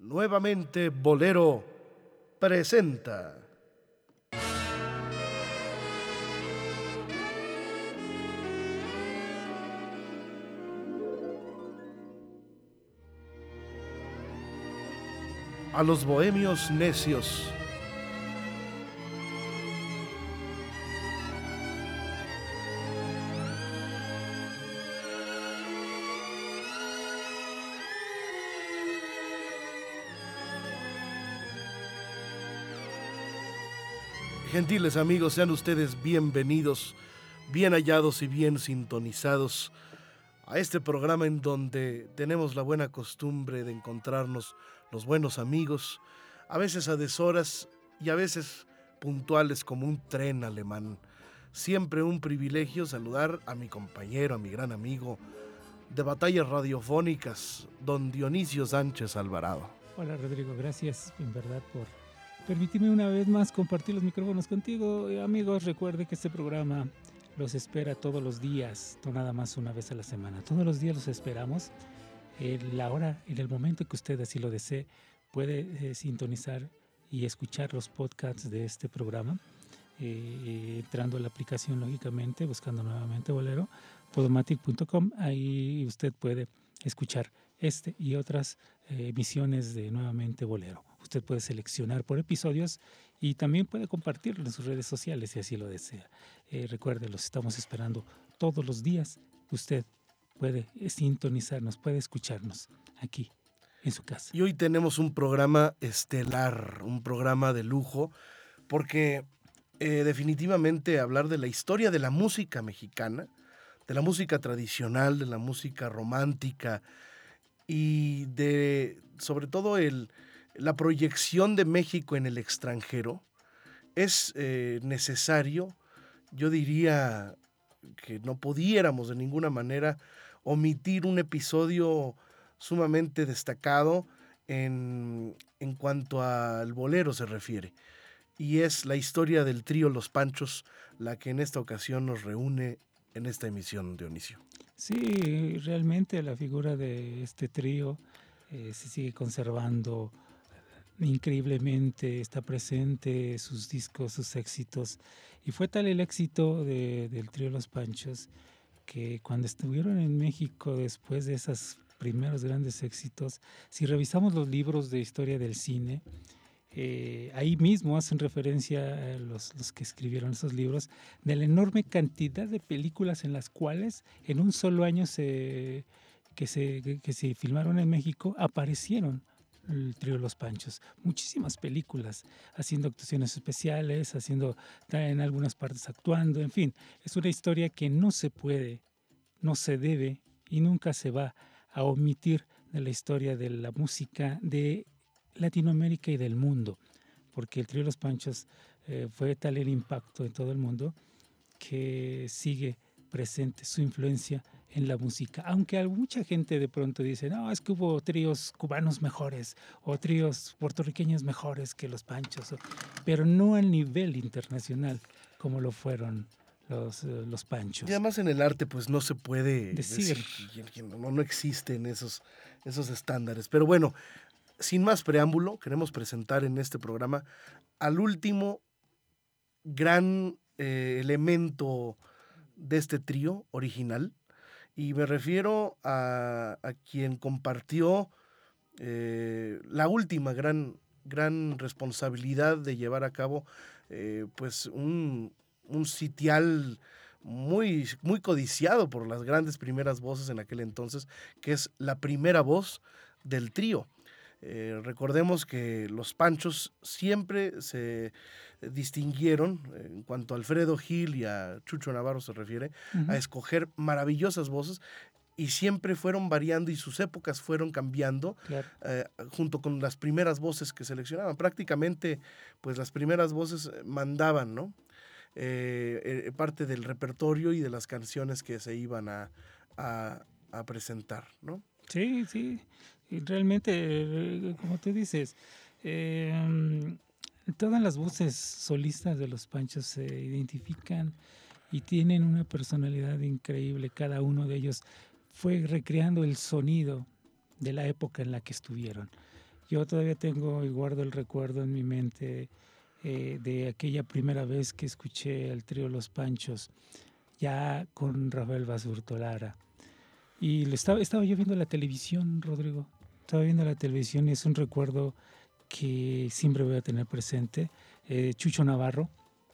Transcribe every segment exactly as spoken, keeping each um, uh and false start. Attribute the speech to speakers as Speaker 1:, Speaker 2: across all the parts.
Speaker 1: Nuevamente Bolero presenta. A los bohemios necios. Gentiles amigos, sean ustedes bienvenidos, bien hallados y bien sintonizados a este programa en donde tenemos la buena costumbre de encontrarnos los buenos amigos, a veces a deshoras y a veces puntuales como un tren alemán. Siempre un privilegio saludar a mi compañero, a mi gran amigo de batallas radiofónicas, don Dionisio Sánchez Alvarado.
Speaker 2: Hola Rodrigo, gracias en verdad por permitirme una vez más compartir los micrófonos contigo. Amigos, recuerde que este programa los espera todos los días, no nada más una vez a la semana. Todos los días los esperamos. En la hora, en el momento que usted así lo desee, puede eh, sintonizar y escuchar los podcasts de este programa, eh, entrando a la aplicación, lógicamente, buscando nuevamente Bolero, podomatic punto com. Ahí usted puede escuchar este y otras eh, emisiones de Nuevamente Bolero. Usted puede seleccionar por episodios y también puede compartirlo en sus redes sociales si así lo desea. Eh, recuerde, los estamos esperando todos los días. Usted puede sintonizarnos, puede escucharnos aquí en su casa.
Speaker 1: Y hoy tenemos un programa estelar, un programa de lujo, porque eh, definitivamente hablar de la historia de la música mexicana, de la música tradicional, de la música romántica y de, sobre todo, el, la proyección de México en el extranjero, es eh, necesario, yo diría que no pudiéramos de ninguna manera omitir un episodio sumamente destacado en, en cuanto al bolero se refiere. Y es la historia del trío Los Panchos, la que en esta ocasión nos reúne en esta emisión, Dionisio.
Speaker 2: Sí, realmente la figura de este trío eh, se sigue conservando increíblemente, está presente, sus discos, sus éxitos. Y fue tal el éxito de, del trío Los Panchos que cuando estuvieron en México después de esos primeros grandes éxitos, si revisamos los libros de historia del cine, Eh, ahí mismo hacen referencia a los, los que escribieron esos libros de la enorme cantidad de películas en las cuales en un solo año se, que, se, que se filmaron en México aparecieron el trío Los Panchos. Muchísimas películas, haciendo actuaciones especiales, haciendo en algunas partes actuando, en fin, es una historia que no se puede, no se debe y nunca se va a omitir de la historia de la música de Latinoamérica y del mundo, porque el trío Los Panchos eh, fue tal el impacto en todo el mundo que sigue presente su influencia en la música, aunque mucha gente de pronto dice, no, es que hubo tríos cubanos mejores o tríos puertorriqueños mejores que Los Panchos, pero no al nivel internacional como lo fueron los, uh, los Panchos.
Speaker 1: Y además en el arte pues no se puede
Speaker 2: decir,
Speaker 1: decir que, que no, no existen esos, esos estándares, pero bueno, sin más preámbulo, queremos presentar en este programa al último gran eh, elemento de este trío original, y me refiero a, a quien compartió eh, la última gran, gran responsabilidad de llevar a cabo eh, pues un, un sitial muy, muy codiciado por las grandes primeras voces en aquel entonces, que es la primera voz del trío. Eh, recordemos que los Panchos siempre se distinguieron, en cuanto a Alfredo Gil y a Chucho Navarro se refiere, uh-huh. a escoger maravillosas voces, y siempre fueron variando y sus épocas fueron cambiando, claro. eh, junto con las primeras voces que seleccionaban. Prácticamente, pues las primeras voces mandaban, ¿no? Eh, eh, parte del repertorio y de las canciones que se iban a, a, a presentar, ¿no?
Speaker 2: Sí, sí, y realmente, como tú dices, eh, todas las voces solistas de Los Panchos se identifican y tienen una personalidad increíble. Cada uno de ellos fue recreando el sonido de la época en la que estuvieron. Yo todavía tengo y guardo el recuerdo en mi mente eh, de aquella primera vez que escuché al trío Los Panchos, ya con Rafael Basurto Lara. Y lo estaba, estaba yo viendo la televisión, Rodrigo. Estaba viendo la televisión y es un recuerdo que siempre voy a tener presente. Eh, Chucho Navarro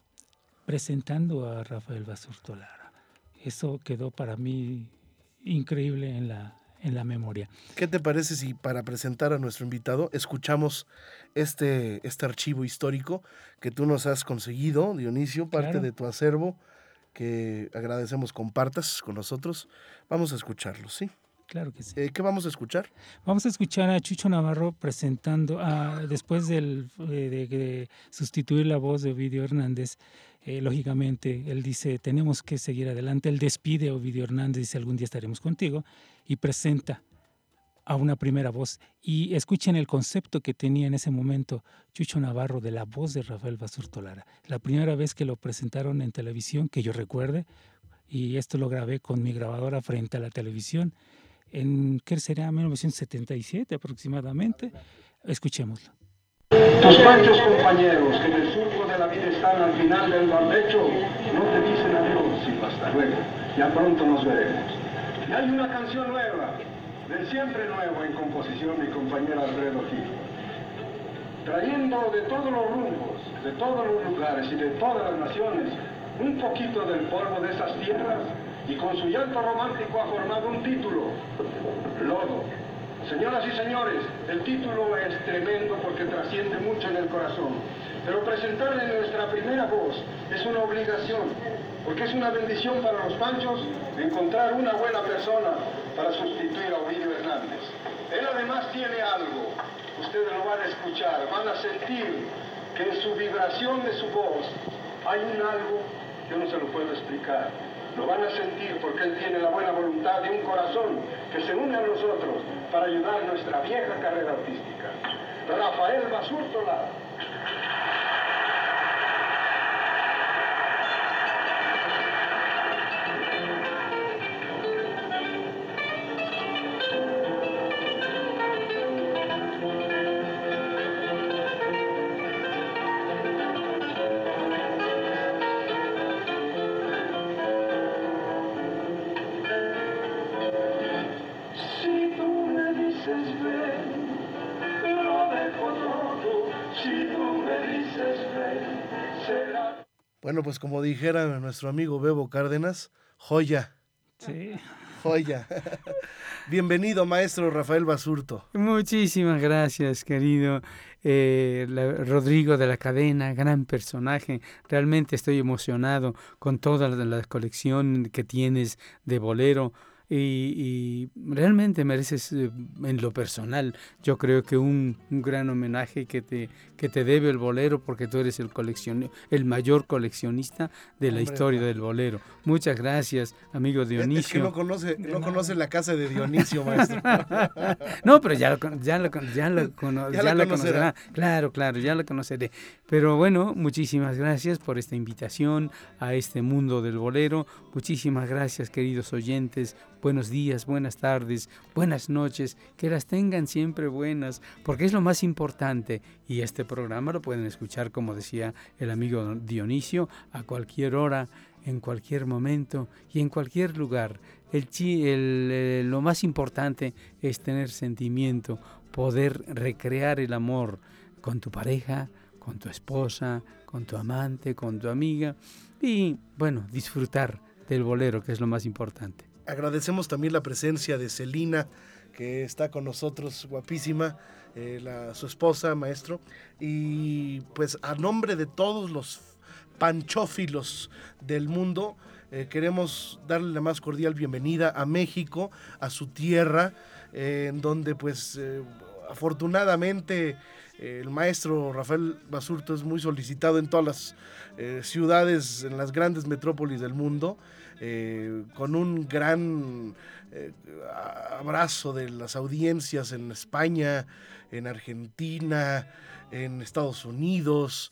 Speaker 2: presentando a Rafael Basurto Lara. Eso quedó para mí increíble en la, en la memoria.
Speaker 1: ¿Qué te parece si para presentar a nuestro invitado escuchamos este, este archivo histórico que tú nos has conseguido, Dionisio, parte
Speaker 2: Claro.
Speaker 1: de tu acervo, que agradecemos compartas con nosotros? Vamos a escucharlo, ¿sí?
Speaker 2: Claro que sí.
Speaker 1: Eh, ¿Qué vamos a escuchar?
Speaker 2: Vamos a escuchar a Chucho Navarro presentando, a, después del, eh, de, de sustituir la voz de Ovidio Hernández, eh, lógicamente él dice, tenemos que seguir adelante. Él despide a Ovidio Hernández, dice, algún día estaremos contigo, y presenta a una primera voz. Y escuchen el concepto que tenía en ese momento Chucho Navarro de la voz de Rafael Basurto Lara. La primera vez que lo presentaron en televisión, que yo recuerde, y esto lo grabé con mi grabadora frente a la televisión, en, ¿qué será? mil novecientos setenta y siete aproximadamente. Escuchémoslo.
Speaker 3: Tus panchos compañeros, que en el surco de la vida están al final del barbecho, no te dicen adiós, sino hasta luego. Ya pronto nos veremos. Y hay una canción nueva, del siempre nuevo en composición mi compañero Alfredo Gil, trayendo de todos los rumbos, de todos los lugares y de todas las naciones, un poquito del polvo de esas tierras, y con su llanto romántico ha formado un título, Lodo. Señoras y señores, el título es tremendo porque trasciende mucho en el corazón, pero presentarle nuestra primera voz es una obligación, porque es una bendición para los Panchos encontrar una buena persona para sustituir a Ovidio Hernández. Él además tiene algo, ustedes lo van a escuchar, van a sentir que en su vibración de su voz hay un algo, yo no se lo puedo explicar. Lo van a sentir porque él tiene la buena voluntad de un corazón que se une a nosotros para ayudar nuestra vieja carrera artística. Rafael Basurto Lara.
Speaker 1: Bueno, pues como dijera nuestro amigo Bebo Cárdenas, joya.
Speaker 2: Sí.
Speaker 1: Joya. Bienvenido, maestro Rafael Basurto.
Speaker 4: Muchísimas gracias, querido eh, la, Rodrigo de la Cadena, gran personaje. Realmente estoy emocionado con toda la, la colección que tienes de bolero. Y, y realmente mereces, eh, en lo personal, yo creo que un, un gran homenaje que te, que te debe el bolero, porque tú eres el coleccion, el mayor coleccionista de la Hombre, historia del bolero. Muchas gracias, amigo Dionisio.
Speaker 1: Es que no conoce, no conoce la casa de Dionisio, maestro.
Speaker 4: No, pero ya lo, ya lo, ya lo, cono,
Speaker 1: ya
Speaker 4: ya
Speaker 1: la
Speaker 4: lo conocerá. Claro, claro, ya lo conoceré. Pero bueno, muchísimas gracias por esta invitación a este mundo del bolero. Muchísimas gracias, queridos oyentes. Buenos días, buenas tardes, buenas noches, que las tengan siempre buenas, porque es lo más importante. Y este programa lo pueden escuchar, como decía el amigo Dionisio, a cualquier hora, en cualquier momento y en cualquier lugar. El, el, el, lo más importante es tener sentimiento, poder recrear el amor con tu pareja, con tu esposa, con tu amante, con tu amiga y, bueno, disfrutar del bolero, que es lo más importante.
Speaker 1: Agradecemos también la presencia de Celina, que está con nosotros, guapísima, eh, la, su esposa, maestro. Y pues a nombre de todos los panchófilos del mundo, eh, queremos darle la más cordial bienvenida a México, a su tierra, eh, en donde pues eh, afortunadamente eh, el maestro Rafael Basurto es muy solicitado en todas las eh, ciudades, en las grandes metrópolis del mundo. Eh, con un gran eh, abrazo de las audiencias en España, en Argentina, en Estados Unidos,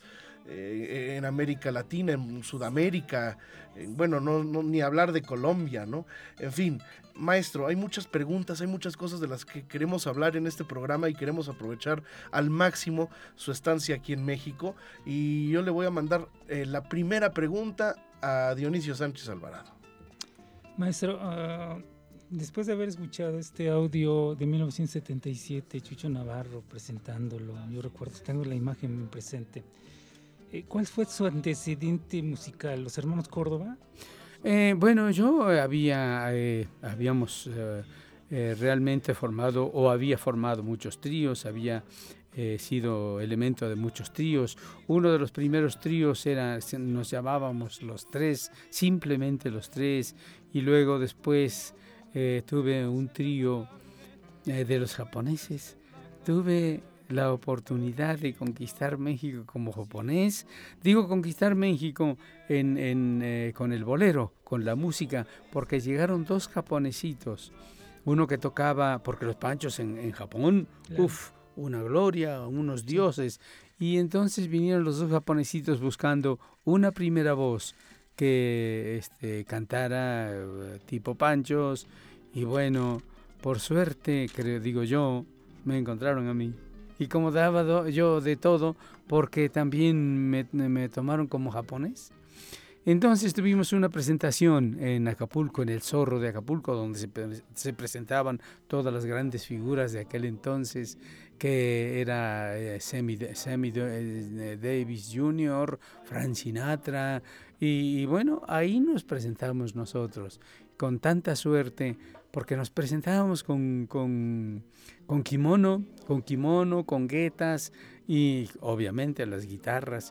Speaker 1: eh, en América Latina, en Sudamérica, eh, bueno, no, no, ni hablar de Colombia, ¿no? En fin, maestro, hay muchas preguntas, hay muchas cosas de las que queremos hablar en este programa y queremos aprovechar al máximo su estancia aquí en México. Y yo le voy a mandar eh, la primera pregunta a Dionisio Sánchez Alvarado.
Speaker 2: Maestro, uh, después de haber escuchado este audio de mil novecientos setenta y siete, Chucho Navarro presentándolo, yo recuerdo, tengo la imagen muy presente. Eh, ¿Cuál fue su antecedente musical? ¿Los Hermanos Córdoba?
Speaker 4: Eh, bueno, yo había, eh, habíamos eh, eh, realmente formado o había formado muchos tríos, había eh, sido elemento de muchos tríos. Uno de los primeros tríos era, nos llamábamos Los Tres, simplemente Los Tres, y luego después eh, tuve un trío eh, de los japoneses. Tuve la oportunidad de conquistar México como japonés. Digo conquistar México en, en, eh, con el bolero, con la música, porque llegaron dos japonesitos. Uno que tocaba, porque los panchos en, en Japón, claro. uff, una gloria, unos dioses. Y entonces vinieron los dos japonesitos buscando una primera voz que este, cantara uh, tipo panchos. Y bueno, por suerte, creo, digo yo, me encontraron a mí. Y como daba do, yo de todo, porque también me, me tomaron como japonés. Entonces tuvimos una presentación en Acapulco, en el Zorro de Acapulco, donde se, se presentaban todas las grandes figuras de aquel entonces, que era eh, Sammy, Sammy eh, Davis junior, Frank Sinatra, y, y bueno, ahí nos presentamos nosotros, con tanta suerte, porque nos presentábamos con, con, con kimono, con kimono, con guetas y obviamente las guitarras.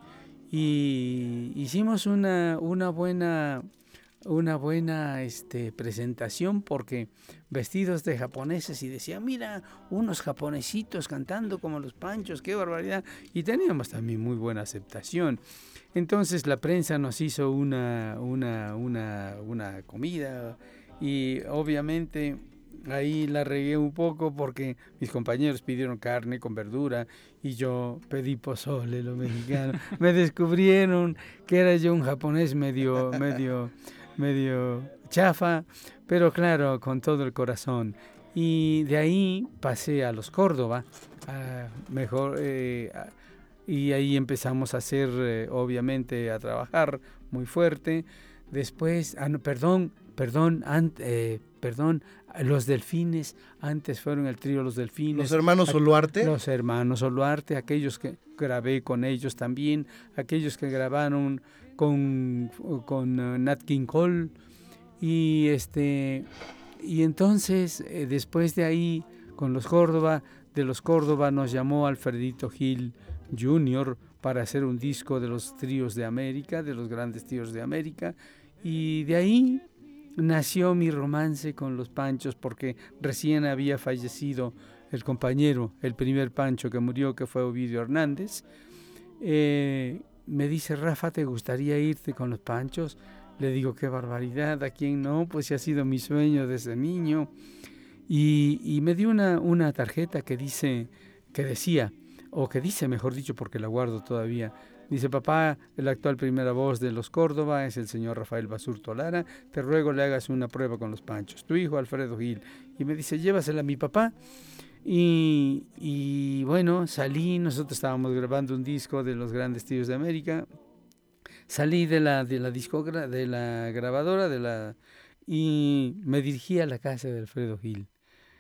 Speaker 4: Y hicimos una, una buena, una buena este, presentación porque vestidos de japoneses y decía, mira, unos japonesitos cantando como los panchos, qué barbaridad. Y teníamos también muy buena aceptación. Entonces la prensa nos hizo una, una, una, una comida y obviamente ahí la regué un poco porque mis compañeros pidieron carne con verdura y yo pedí pozole, lo mexicano. Me descubrieron que era yo un japonés medio, medio, medio chafa, pero claro, con todo el corazón. Y de ahí pasé a los Córdoba, a mejor, eh, a, y ahí empezamos a hacer, eh, obviamente, a trabajar muy fuerte. Después, ah, no, perdón, perdón, ant, eh, perdón, los Delfines, antes fueron el trío Los Delfines.
Speaker 1: ¿Los hermanos Oluarte?
Speaker 4: Los hermanos Oluarte, aquellos que grabé con ellos también, aquellos que grabaron con, con uh, Nat King Cole, y este y entonces eh, después de ahí con los Córdoba, de los Córdoba nos llamó Alfredito Gil junior para hacer un disco de los tríos de América, de los grandes tríos de América, y de ahí nació mi romance con los panchos porque recién había fallecido el compañero, el primer pancho que murió, que fue Ovidio Hernández. Eh, me dice, Rafa, ¿te gustaría irte con los panchos? Le digo, qué barbaridad, ¿a quién no? Pues ha sido mi sueño desde niño. Y, y me dio una, una tarjeta que dice, que decía, o que dice, mejor dicho, porque la guardo todavía. Dice, papá, la actual primera voz de los Córdoba es el señor Rafael Basurto Lara, te ruego le hagas una prueba con los panchos, tu hijo Alfredo Gil. Y me dice, llévasela a mi papá. Y, y bueno, salí, nosotros estábamos grabando un disco de los grandes tríos de América, salí de la, de la discogra, de la grabadora, de la, y me dirigí a la casa de Alfredo Gil.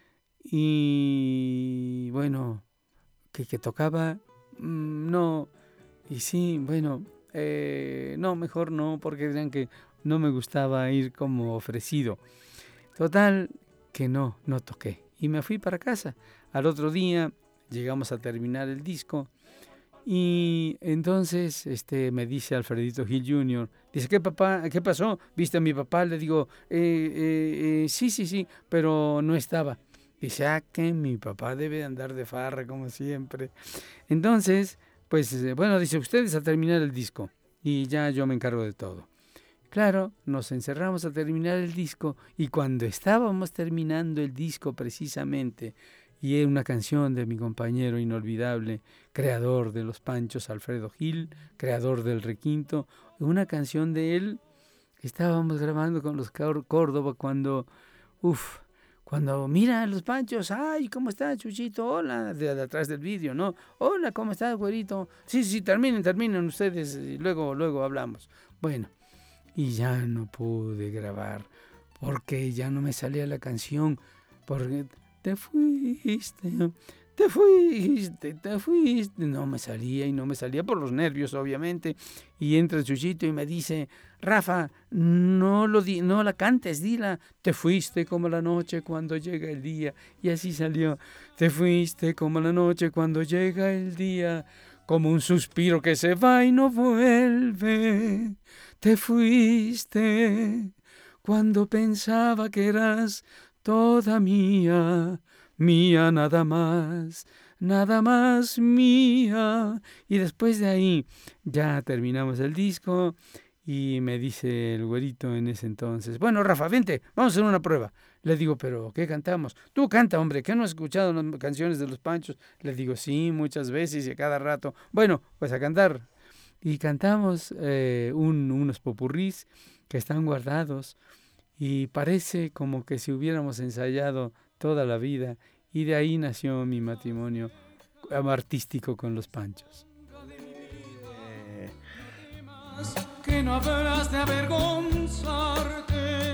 Speaker 4: Y bueno, que, que tocaba, mmm, no... Y sí, bueno, eh, no, mejor no, porque dirán que no me gustaba ir como ofrecido. Total, que no, no toqué. Y me fui para casa. Al otro día llegamos a terminar el disco. Y entonces este, me dice Alfredito Gil junior, dice, ¿qué papá? ¿Qué pasó? ¿Viste a mi papá? Le digo, eh, eh, eh, sí, sí, sí, pero no estaba. Dice, ah, que mi papá debe andar de farra como siempre. Entonces... Pues bueno, dice, ustedes a terminar el disco y ya yo me encargo de todo. Claro, nos encerramos a terminar el disco y cuando estábamos terminando el disco precisamente y es una canción de mi compañero inolvidable, creador de Los Panchos, Alfredo Gil, creador del requinto, una canción de él. Estábamos grabando con los Córdoba cuando, uff, cuando mira Los Panchos, ay, ¿cómo estás, Chuchito? Hola, de, de atrás del vídeo, ¿no? Hola, ¿cómo estás, güerito? Sí, sí, terminen, terminen ustedes y luego, luego hablamos. Bueno, y ya no pude grabar porque ya no me salía la canción, porque te fuiste, te fuiste, te fuiste. No me salía y no me salía por los nervios, obviamente. Y entra Chuchito y me dice, Rafa, no, lo di, no la cantes, dila. Te fuiste como la noche cuando llega el día. Y así salió. Te fuiste como la noche cuando llega el día, como un suspiro que se va y no vuelve. Te fuiste cuando pensaba que eras toda mía, mía nada más, nada más mía. Y después de ahí ya terminamos el disco y me dice el güerito en ese entonces, bueno, Rafa, vente, vamos a hacer una prueba. Le digo, ¿pero qué cantamos? Tú canta, hombre, ¿qué no has escuchado las canciones de Los Panchos? Le digo, sí, muchas veces y a cada rato. Bueno, pues a cantar. Y cantamos eh, un, unos popurrís que están guardados y parece como que si hubiéramos ensayado toda la vida, y de ahí nació mi matrimonio artístico con Los Panchos.
Speaker 1: Eh,
Speaker 5: que no habrás de avergonzarte,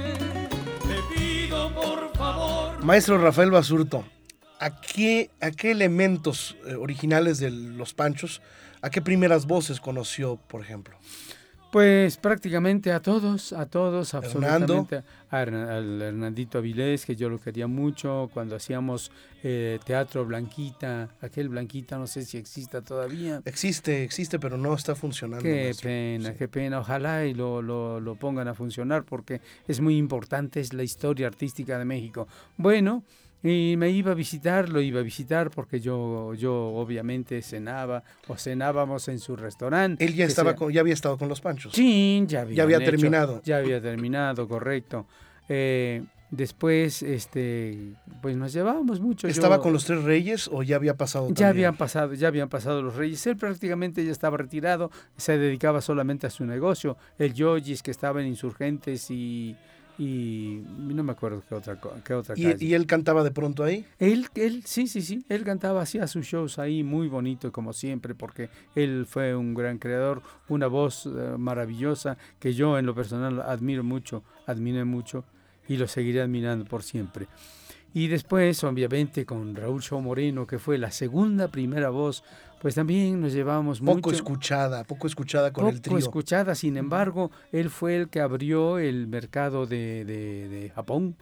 Speaker 5: te pido por favor.
Speaker 1: Maestro Rafael Basurto, ¿a qué, a qué elementos eh, originales de Los Panchos, a qué primeras voces conoció, por ejemplo?
Speaker 4: Pues prácticamente a todos, a todos,
Speaker 1: Hernando.
Speaker 4: absolutamente. A Hern- al Hernandito Avilés, que yo lo quería mucho, cuando hacíamos eh, teatro Blanquita, aquel Blanquita, no sé si exista todavía.
Speaker 1: Existe, existe, pero no está funcionando.
Speaker 4: Qué
Speaker 1: maestro.
Speaker 4: pena,
Speaker 1: Sí.
Speaker 4: qué pena. Ojalá y lo, lo, lo pongan a funcionar porque es muy importante, es la historia artística de México. Bueno, y me iba a visitar, lo iba a visitar porque yo, yo obviamente cenaba o cenábamos en su restaurante.
Speaker 1: Él ya
Speaker 4: que
Speaker 1: estaba
Speaker 4: se-
Speaker 1: con, ya había estado con Los Panchos.
Speaker 4: Sí, ya había,
Speaker 1: Ya había terminado.
Speaker 4: Ya había terminado, correcto. Eh, después, este, pues nos llevábamos mucho.
Speaker 1: ¿Estaba
Speaker 4: Yo-
Speaker 1: con los Tres Reyes o ya había pasado
Speaker 4: Ya
Speaker 1: también?
Speaker 4: habían pasado, ya habían pasado los Reyes. Él prácticamente ya estaba retirado, se dedicaba solamente a su negocio. El Yoyis, que estaba en Insurgentes y, y no me acuerdo qué otra, co- qué otra calle.
Speaker 1: ¿Y, y él cantaba de pronto ahí?
Speaker 4: Él, él, sí, sí, sí, él cantaba, hacía sus shows ahí muy bonito como siempre, porque él fue un gran creador, una voz eh, maravillosa que yo en lo personal admiro mucho, admiré mucho y lo seguiré admirando por siempre. Y después, obviamente, con Raúl Shaw Moreno, que fue la segunda primera voz, pues también nos llevamos
Speaker 1: Poco
Speaker 4: mucho.
Speaker 1: escuchada, poco escuchada con el
Speaker 4: Poco
Speaker 1: trío.
Speaker 4: escuchada, sin embargo, él fue el que abrió el mercado de, de, de Japón.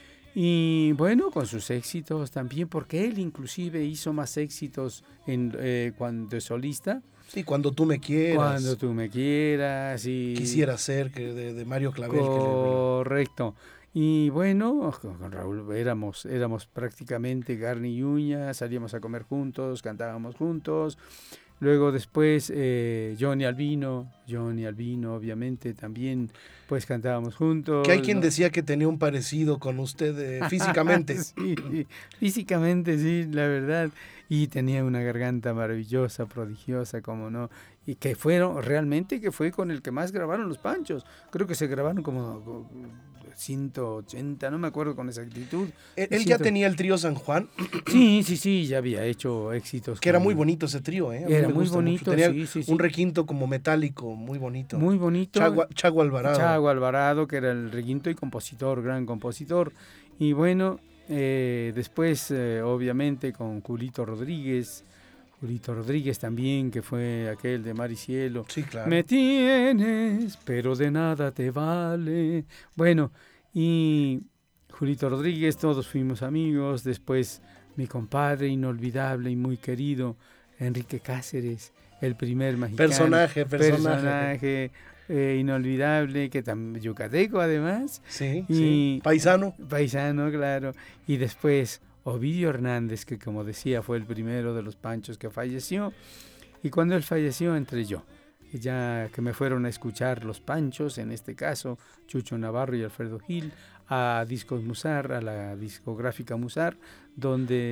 Speaker 4: Y bueno, con sus éxitos también, porque él inclusive hizo más éxitos en, eh, cuando es solista.
Speaker 1: Sí, cuando tú me quieras.
Speaker 4: Cuando tú me quieras. Y...
Speaker 1: Quisiera ser, que de, de Mario Clavel. que le-
Speaker 4: Correcto. Y bueno, con con Raúl éramos, éramos prácticamente carne y uña, salíamos a comer juntos, cantábamos juntos. Luego después eh, Johnny Albino, Johnny Albino obviamente también, pues cantábamos juntos.
Speaker 1: Que hay quien
Speaker 4: ¿no?
Speaker 1: decía que tenía un parecido con usted eh, físicamente.
Speaker 4: Sí, físicamente sí, la verdad. Y tenía una garganta maravillosa, prodigiosa, como no. Y que fueron, realmente que fue con el que más grabaron Los Panchos. Creo que se grabaron como ciento ochenta, no me acuerdo con exactitud.
Speaker 1: Él, él ya
Speaker 4: Ciento-
Speaker 1: tenía el trío San Juan,
Speaker 4: Sí, sí, sí, ya había hecho éxitos.
Speaker 1: que era
Speaker 4: con-
Speaker 1: muy bonito ese trío, ¿eh? A mí
Speaker 4: Era
Speaker 1: me
Speaker 4: muy
Speaker 1: gusta mucho.
Speaker 4: bonito,
Speaker 1: Tenía
Speaker 4: sí, sí, sí.
Speaker 1: un requinto como metálico, muy bonito.
Speaker 4: Muy bonito.
Speaker 1: Chago, Chago Alvarado.
Speaker 4: Chago Alvarado, que era el requinto y compositor, gran compositor. Y bueno, eh, después, eh, obviamente, con Julito Rodríguez. Julito Rodríguez también, que fue aquel de Mar y Cielo.
Speaker 1: Sí, claro.
Speaker 4: Me tienes, pero de nada te vale. Bueno, y Julito Rodríguez, todos fuimos amigos. Después, mi compadre inolvidable y muy querido, Enrique Cáceres, el primer mexicano.
Speaker 1: Personaje, personaje.
Speaker 4: Personaje eh, inolvidable, que también yucateco además.
Speaker 1: Sí,
Speaker 4: Y-
Speaker 1: sí. Paisano.
Speaker 4: Paisano, claro. Y después Ovidio Hernández, que como decía fue el primero de los Panchos que falleció. Y cuando él falleció entré yo. Y ya que me fueron a escuchar los Panchos, en este caso Chucho Navarro y Alfredo Gil, a Discos Musar, a la discográfica Musar, donde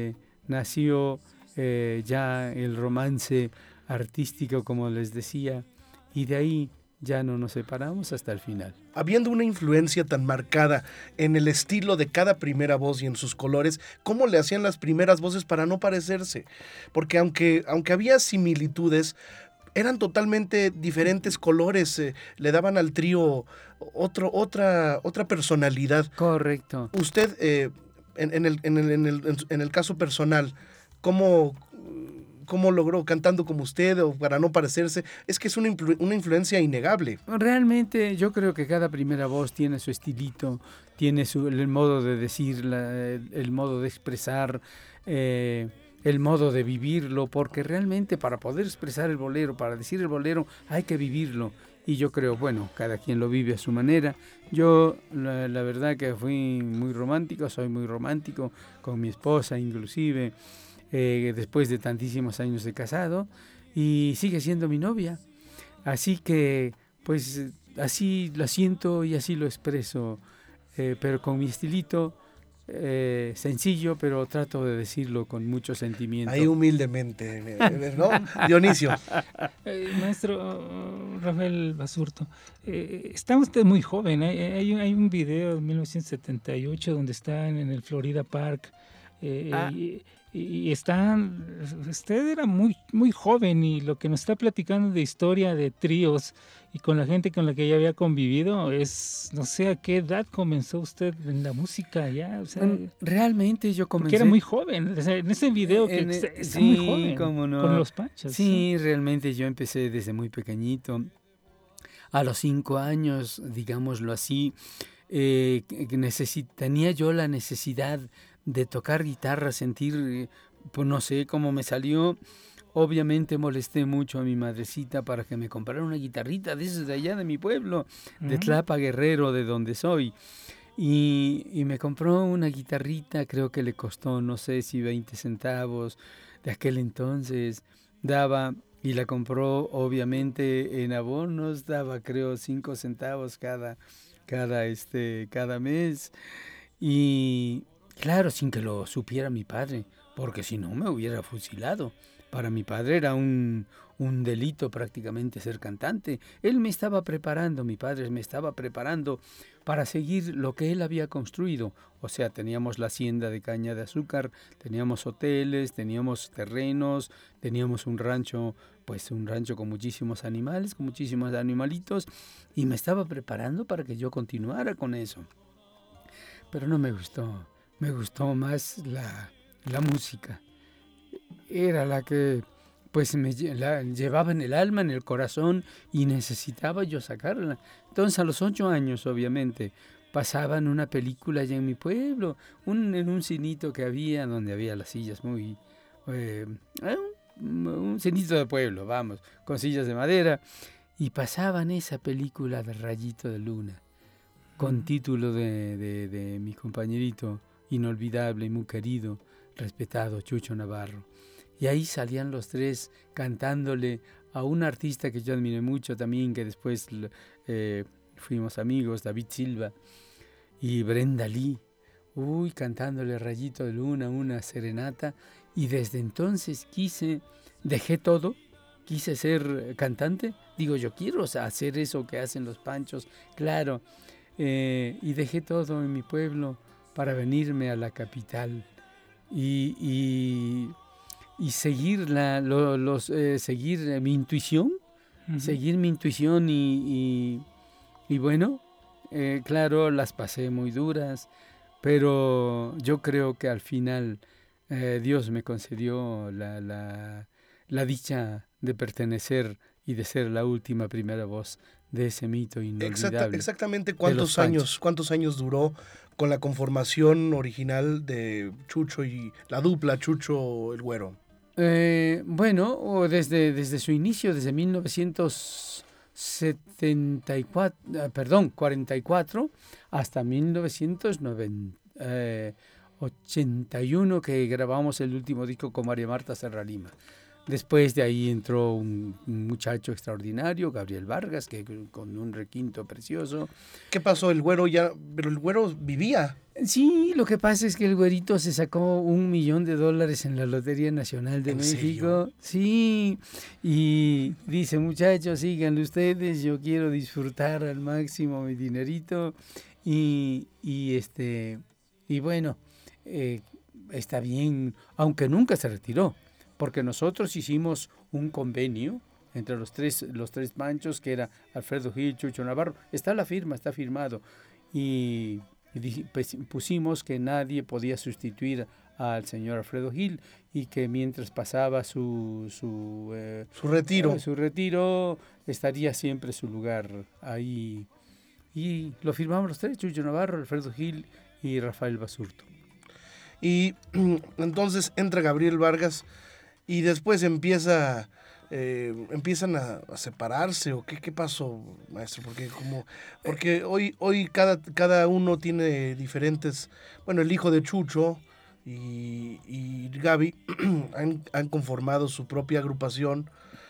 Speaker 4: nació eh, ya el romance artístico, como les decía, y de ahí ya no nos separamos hasta el final.
Speaker 1: Habiendo una influencia tan marcada en el estilo de cada primera voz y en sus colores, ¿cómo le hacían las primeras voces para no parecerse? Porque aunque, aunque había similitudes, eran totalmente diferentes colores, eh, le daban al trío otro, otra, otra personalidad.
Speaker 4: Correcto.
Speaker 1: Usted, eh, en, en, el, en, el, en, el, en el caso personal, ¿cómo... ¿Cómo logró cantando como usted o para no parecerse? Es que es una, influ- una influencia innegable.
Speaker 4: Realmente yo creo que cada primera voz tiene su estilito, tiene su, el modo de decir, la, el, el modo de expresar, eh, el modo de vivirlo, porque realmente para poder expresar el bolero, para decir el bolero, hay que vivirlo. Y yo creo, bueno, cada quien lo vive a su manera. Yo, la, la verdad que fui muy romántico, soy muy romántico, con mi esposa inclusive. Eh, después de tantísimos años de casado, y sigue siendo mi novia. Así que, pues, así lo siento y así lo expreso, eh, pero con mi estilito eh, sencillo, pero trato de decirlo con mucho sentimiento.
Speaker 1: Ahí humildemente, ¿no? Dionisio.
Speaker 2: Eh, maestro Rafael Basurto, eh, está usted muy joven. ¿eh? Hay, hay un video de mil novecientos setenta y ocho donde están en el Florida Park. Eh,
Speaker 4: Ah.
Speaker 2: y, y están, usted era muy muy joven, y lo que nos está platicando de historia de tríos y con la gente con la que ya había convivido, es, no sé a qué edad comenzó usted en la música ya, o sea,
Speaker 4: realmente yo comencé...
Speaker 2: porque era muy joven, o sea, en ese video que
Speaker 4: en,
Speaker 2: está, está
Speaker 4: sí,
Speaker 2: muy joven,
Speaker 4: cómo no.
Speaker 2: con los Panchos.
Speaker 4: Sí, ¿sí? Realmente yo empecé desde muy pequeñito, a los cinco años, digámoslo así, eh, necesit- tenía yo la necesidad de tocar guitarra, sentir, pues no sé cómo me salió. Obviamente molesté mucho a mi madrecita para que me comprara una guitarrita de esas de allá de mi pueblo, de Tlapa Guerrero, de donde soy. Y, y me compró una guitarrita, creo que le costó, no sé si veinte centavos, de aquel entonces daba, y la compró obviamente en abonos, daba creo cinco centavos cada, cada, este, cada mes. Y claro, sin que lo supiera mi padre, porque si no me hubiera fusilado. Para mi padre era un, un delito prácticamente ser cantante. Él me estaba preparando, mi padre me estaba preparando para seguir lo que él había construido. O sea, teníamos la hacienda de caña de azúcar, teníamos hoteles, teníamos terrenos, teníamos un rancho, pues un rancho con muchísimos animales, con muchísimos animalitos, y me estaba preparando para que yo continuara con eso. Pero no me gustó, me gustó más la, la música. Era la que pues me la llevaba en el alma, en el corazón, y necesitaba yo sacarla. Entonces a los ocho años, obviamente, pasaban una película allá en mi pueblo, un, en un cinito que había, donde había las sillas muy... Eh, un, un cinito de pueblo, vamos, con sillas de madera, y pasaban esa película de Rayito de Luna, con título de, de, de mi compañerito inolvidable y muy querido, respetado, Chucho Navarro. Y ahí salían los tres cantándole a un artista que yo admiré mucho también, que después eh, fuimos amigos, David Silva y Brenda Lee. Uy, cantándole Rayito de Luna, una serenata. Y desde entonces quise, dejé todo, quise ser cantante. Digo, yo quiero hacer eso que hacen los Panchos, claro. Eh, y dejé todo en mi pueblo para venirme a la capital. Y... y y seguir la, lo, los, eh, seguir mi intuición, uh-huh. seguir mi intuición y, y, y bueno, eh, claro, las pasé muy duras, pero yo creo que al final eh, Dios me concedió la, la, la dicha de pertenecer y de ser la última primera voz de ese mito inolvidable.
Speaker 1: Exacta, exactamente cuántos años, cuántos años duró con la conformación original de Chucho y la dupla Chucho el Güero.
Speaker 4: Eh, bueno, desde, desde su inicio, desde mil novecientos setenta y cuatro, eh, perdón, cuarenta y cuatro hasta mil novecientos ochenta y uno, que grabamos el último disco con María Marta Serra Lima. Después de ahí entró un, un muchacho extraordinario, Gabriel Vargas, que con un requinto precioso.
Speaker 1: ¿Qué pasó? El güero ya, pero el güero vivía.
Speaker 4: Sí, lo que pasa es que el güerito se sacó un millón de dólares en la Lotería Nacional de
Speaker 1: ¿En
Speaker 4: México.
Speaker 1: serio?
Speaker 4: Sí, y dice, muchachos, síganle ustedes, yo quiero disfrutar al máximo mi dinerito. Y, y este, y bueno, eh, está bien, aunque nunca se retiró, porque nosotros hicimos un convenio entre los tres, los tres Panchos, que era Alfredo Gil, Chucho Navarro. Está la firma, está firmado. Y, y pues, pusimos que nadie podía sustituir al señor Alfredo Gil y que mientras pasaba su su, eh,
Speaker 1: Su retiro.
Speaker 4: eh, su retiro estaría siempre su lugar ahí. Y lo firmamos los tres, Chucho Navarro, Alfredo Gil y Rafael Basurto.
Speaker 1: Y entonces entra Gabriel Vargas y después empieza, eh, empiezan a, a separarse, o qué, qué pasó, maestro, porque como, porque hoy, hoy cada, cada uno tiene diferentes, bueno, el hijo de Chucho y, y Gaby han, han conformado su propia agrupación.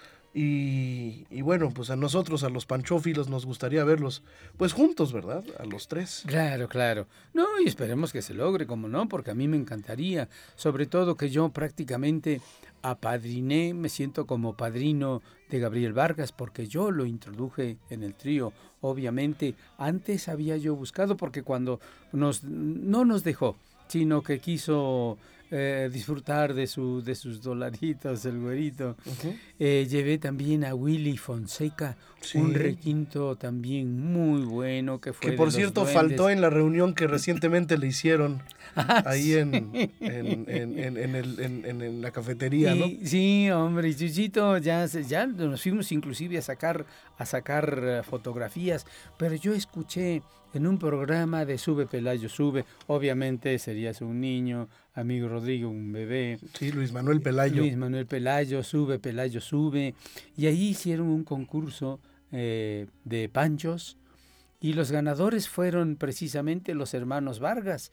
Speaker 1: Y, y bueno, pues a nosotros, a los panchófilos, nos gustaría verlos pues juntos, ¿verdad? A los tres.
Speaker 4: Claro, claro. No, y esperemos que se logre, como no, porque a mí me encantaría. Sobre todo que yo prácticamente apadriné, me siento como padrino de Gabriel Vargas, porque yo lo introduje en el trío. Obviamente, antes había yo buscado, porque cuando nos, no nos dejó, sino que quiso eh, disfrutar de, su, de sus dolaritos, el güerito. Uh-huh. Eh, llevé también a Willy Fonseca, sí. un requinto también muy bueno. Que fue
Speaker 1: que por
Speaker 4: de
Speaker 1: cierto
Speaker 4: los
Speaker 1: faltó en la reunión que recientemente le hicieron ah, ahí sí. en, en, en, en, en, el, en, en la cafetería,
Speaker 4: y,
Speaker 1: ¿no?
Speaker 4: Sí, hombre, y Chuchito, ya, ya nos fuimos inclusive a sacar, a sacar fotografías, pero yo escuché en un programa de Sube Pelayo Sube, obviamente serías un niño, amigo Rodrigo, un bebé.
Speaker 1: Sí, Luis Manuel Pelayo.
Speaker 4: Luis Manuel Pelayo, Sube Pelayo Sube, y ahí hicieron un concurso eh, de panchos, y los ganadores fueron precisamente los hermanos Vargas,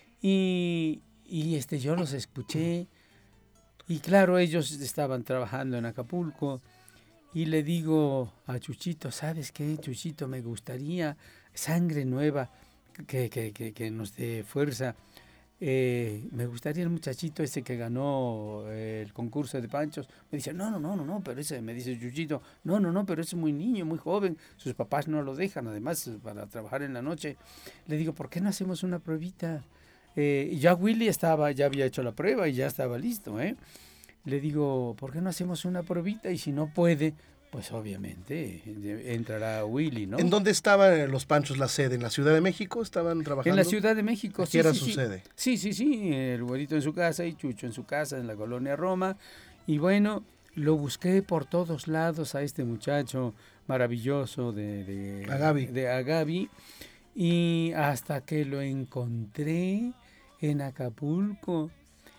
Speaker 4: y, y este, yo los escuché, y claro, ellos estaban trabajando en Acapulco, y le digo a Chuchito, ¿sabes qué, Chuchito? Me gustaría sangre nueva que, que, que, que nos dé fuerza. Eh, me gustaría el muchachito ese que ganó eh, el concurso de panchos. Me dice, no, no, no, no, no, pero ese, me dice Chuchito, no, no, no, pero ese es muy niño, muy joven, sus papás no lo dejan, además, para trabajar en la noche. Le digo, ¿por qué no hacemos una pruebita? Eh, ya Willy estaba, ya había hecho la prueba y ya estaba listo, ¿eh? Le digo, ¿por qué no hacemos una pruebita? Y si no puede, pues obviamente entrará Willy, ¿no?
Speaker 1: ¿En dónde estaban los panchos, la sede? ¿En la Ciudad de México estaban trabajando?
Speaker 4: En la Ciudad de México,
Speaker 1: Aquí
Speaker 4: sí,
Speaker 1: era
Speaker 4: sí,
Speaker 1: su
Speaker 4: sí.
Speaker 1: sede.
Speaker 4: Sí, sí, sí, el güerito en su casa y Chucho en su casa, en la colonia Roma. Y bueno, lo busqué por todos lados a este muchacho maravilloso de, de,
Speaker 1: a Gaby.
Speaker 4: de a Gaby, y hasta que lo encontré en Acapulco.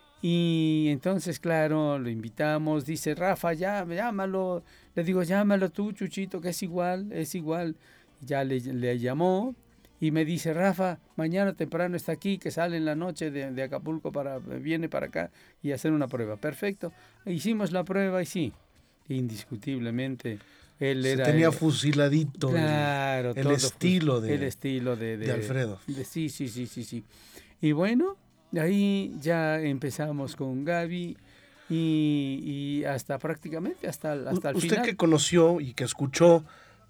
Speaker 4: Y entonces, claro, lo invitamos, dice, Rafa, ya, llámalo. Le digo, llámalo tú, Chuchito, que es igual, es igual. Ya le, le llamó y me dice, Rafa, mañana temprano está aquí, que sale en la noche de, de Acapulco, para viene para acá y hacer una prueba. Perfecto. Hicimos la prueba y sí, indiscutiblemente. Él
Speaker 1: Se
Speaker 4: era
Speaker 1: tenía
Speaker 4: el,
Speaker 1: fusiladito
Speaker 4: claro,
Speaker 1: el, el estilo de,
Speaker 4: el estilo de, de,
Speaker 1: de Alfredo.
Speaker 4: De, sí, sí, sí, sí, sí. Y bueno, de ahí ya empezamos con Gaby y, y hasta prácticamente hasta, hasta el
Speaker 1: Usted
Speaker 4: final.
Speaker 1: que conoció y que escuchó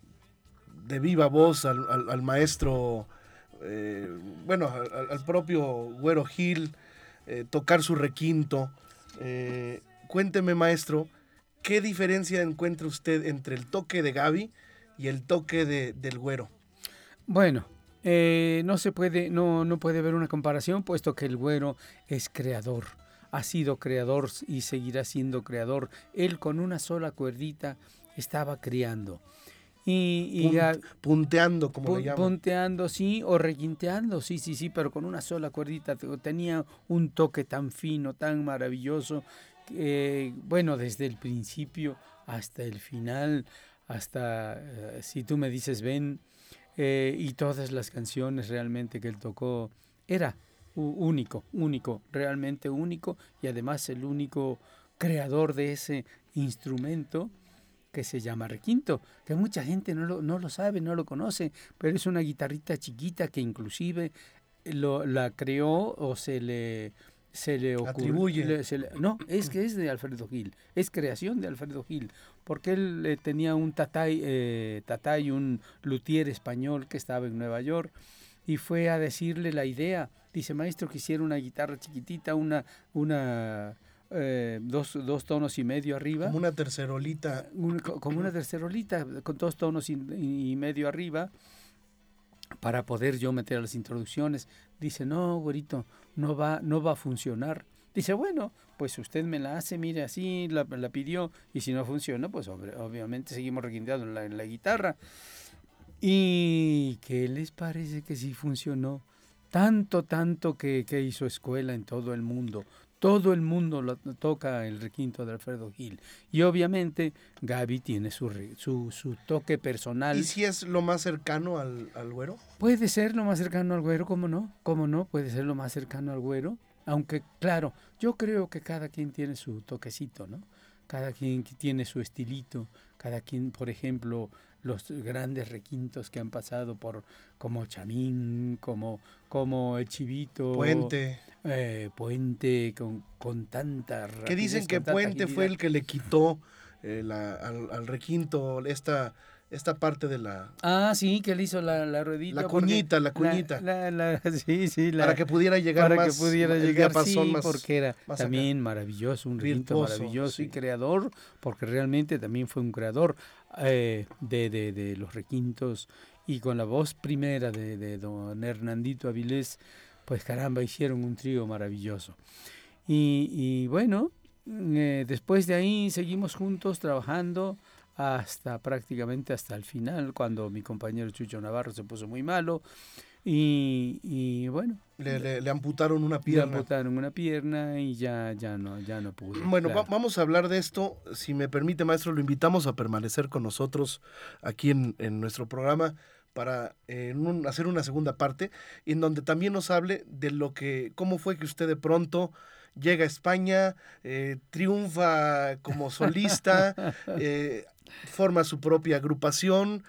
Speaker 1: de viva voz al, al, al maestro, eh, bueno, al, al propio Güero Gil, eh, tocar su requinto, eh, cuénteme, maestro, ¿qué diferencia encuentra usted entre el toque de Gaby y el toque de, del Güero?
Speaker 4: Bueno, Eh, no se puede, no, no puede haber una comparación, puesto que el Güero es creador, ha sido creador y seguirá siendo creador. Él con una sola cuerdita estaba creando. Y, y
Speaker 1: Punt, punteando, como
Speaker 4: pu
Speaker 1: le llaman.
Speaker 4: Punteando, sí, o requinteando, sí, sí, sí, pero con una sola cuerdita. Tenía un toque tan fino, tan maravilloso, que, bueno, desde el principio hasta el final, hasta, uh, si tú me dices, ven, Eh, y todas las canciones realmente que él tocó, era único, único, realmente único, y además el único creador de ese instrumento que se llama requinto, que mucha gente no lo, no lo sabe, no lo conoce, pero es una guitarrita chiquita que inclusive lo, la creó o se le... se le
Speaker 1: atribuye.
Speaker 4: No, es que es de Alfredo Gil, es creación de Alfredo Gil, porque él eh, tenía un tatay, eh, tatay, un luthier español que estaba en Nueva York, y fue a decirle la idea. Dice, maestro, quisiera una guitarra chiquitita, una... una Eh, dos, dos tonos y medio arriba.
Speaker 1: Como una tercerolita.
Speaker 4: Un, como una tercerolita, con dos tonos y, y medio arriba, para poder yo meter las introducciones. Dice, no, güerito, no va, no va a funcionar. Dice, bueno, pues usted me la hace, mire, así, la, la pidió, y si no funciona, pues ob- obviamente seguimos requinteando en la, en la guitarra. ¿Y qué les parece que sí funcionó? Tanto, tanto que, que hizo escuela en todo el mundo. Todo el mundo lo toca el requinto de Alfredo Gil. Y obviamente Gaby tiene su, su, su toque personal.
Speaker 1: ¿Y si es lo más cercano al, al güero?
Speaker 4: Puede ser lo más cercano al güero, ¿cómo no? ¿Cómo no? Puede ser lo más cercano al güero. Aunque, claro, yo creo que cada quien tiene su toquecito, ¿no? Cada quien tiene su estilito. Cada quien, por ejemplo, los grandes requintos que han pasado por, como Chamín, como, como El Chivito.
Speaker 1: Puente.
Speaker 4: Eh, Puente, con, con tanta rapidez.
Speaker 1: Que dicen que Puente fue el que le quitó eh, la, al, al requinto esta, esta parte de la...
Speaker 4: Ah, sí, que le hizo la, la ruedita.
Speaker 1: La cuñita, la cuñita.
Speaker 4: La, la, la, sí, sí. La,
Speaker 1: para que pudiera llegar
Speaker 4: para
Speaker 1: más.
Speaker 4: Para que pudiera llegar, sí,
Speaker 1: más,
Speaker 4: porque era
Speaker 1: más
Speaker 4: también
Speaker 1: acá.
Speaker 4: Maravilloso, un requinto
Speaker 1: Virtuoso,
Speaker 4: maravilloso
Speaker 1: sí.
Speaker 4: y creador, porque realmente también fue un creador eh, de, de, de los requintos, y con la voz primera de, de don Hernandito Avilés, pues caramba, hicieron un trío maravilloso. Y, y bueno, eh, después de ahí seguimos juntos trabajando hasta prácticamente hasta el final, cuando mi compañero Chucho Navarro se puso muy malo. Y, y bueno,
Speaker 1: le, le, le amputaron una pierna.
Speaker 4: Le amputaron una pierna y ya, ya no, ya no pudo.
Speaker 1: Bueno,
Speaker 4: claro.
Speaker 1: va, vamos a hablar de esto. Si me permite, maestro, lo invitamos a permanecer con nosotros aquí en, en nuestro programa para eh, un, hacer una segunda parte, en donde también nos hable de lo que, cómo fue que usted de pronto llega a España, eh, triunfa como solista, eh, forma su propia agrupación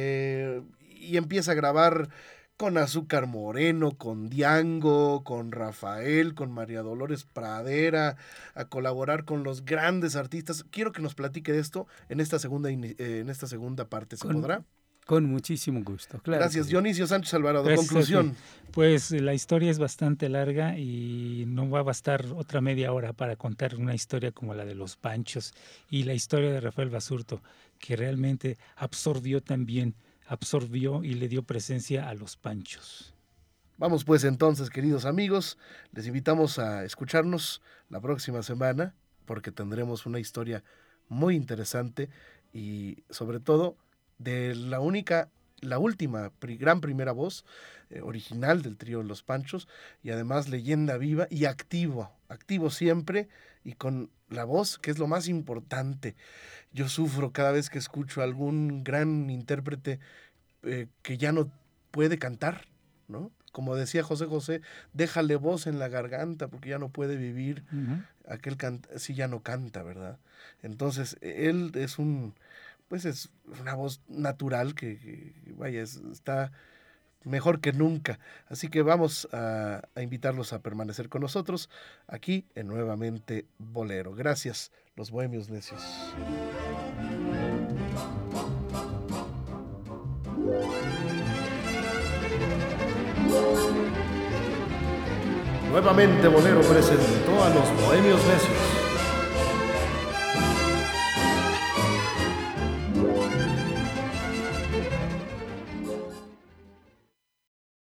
Speaker 1: eh, y empieza a grabar con Azúcar Moreno, con Diango, con Rafael, con María Dolores Pradera, a colaborar con los grandes artistas. Quiero que nos platique de esto en esta segunda, eh, en esta segunda parte. ¿Se
Speaker 4: con,
Speaker 1: podrá?
Speaker 4: Con muchísimo gusto, claro.
Speaker 1: Gracias,
Speaker 4: sí.
Speaker 1: Dionisio Sánchez Alvarado.
Speaker 2: Pues,
Speaker 1: Conclusión.
Speaker 2: Pues la historia es bastante larga y no va a bastar otra media hora para contar una historia como la de los Panchos y la historia de Rafael Basurto, que realmente absorbió también absorbió y le dio presencia a los Panchos.
Speaker 1: Vamos pues entonces, queridos amigos, les invitamos a escucharnos la próxima semana porque tendremos una historia muy interesante y sobre todo de la única, la última pri, gran primera voz eh, original del trío Los Panchos y además leyenda viva y activo, activo siempre y con la voz, que es lo más importante. Yo sufro cada vez que escucho a algún gran intérprete eh, que ya no puede cantar, ¿no? Como decía José José, déjale voz en la garganta porque ya no puede vivir. Uh-huh. Aquel can- sí ya no canta, ¿verdad? Entonces, él es un, pues es una voz natural que, que vaya, es, está mejor que nunca. Así que vamos a, a invitarlos a permanecer con nosotros aquí en Nuevamente Bolero. Gracias, los Bohemios Necios. Nuevamente Bolero presentó a los Bohemios Necios.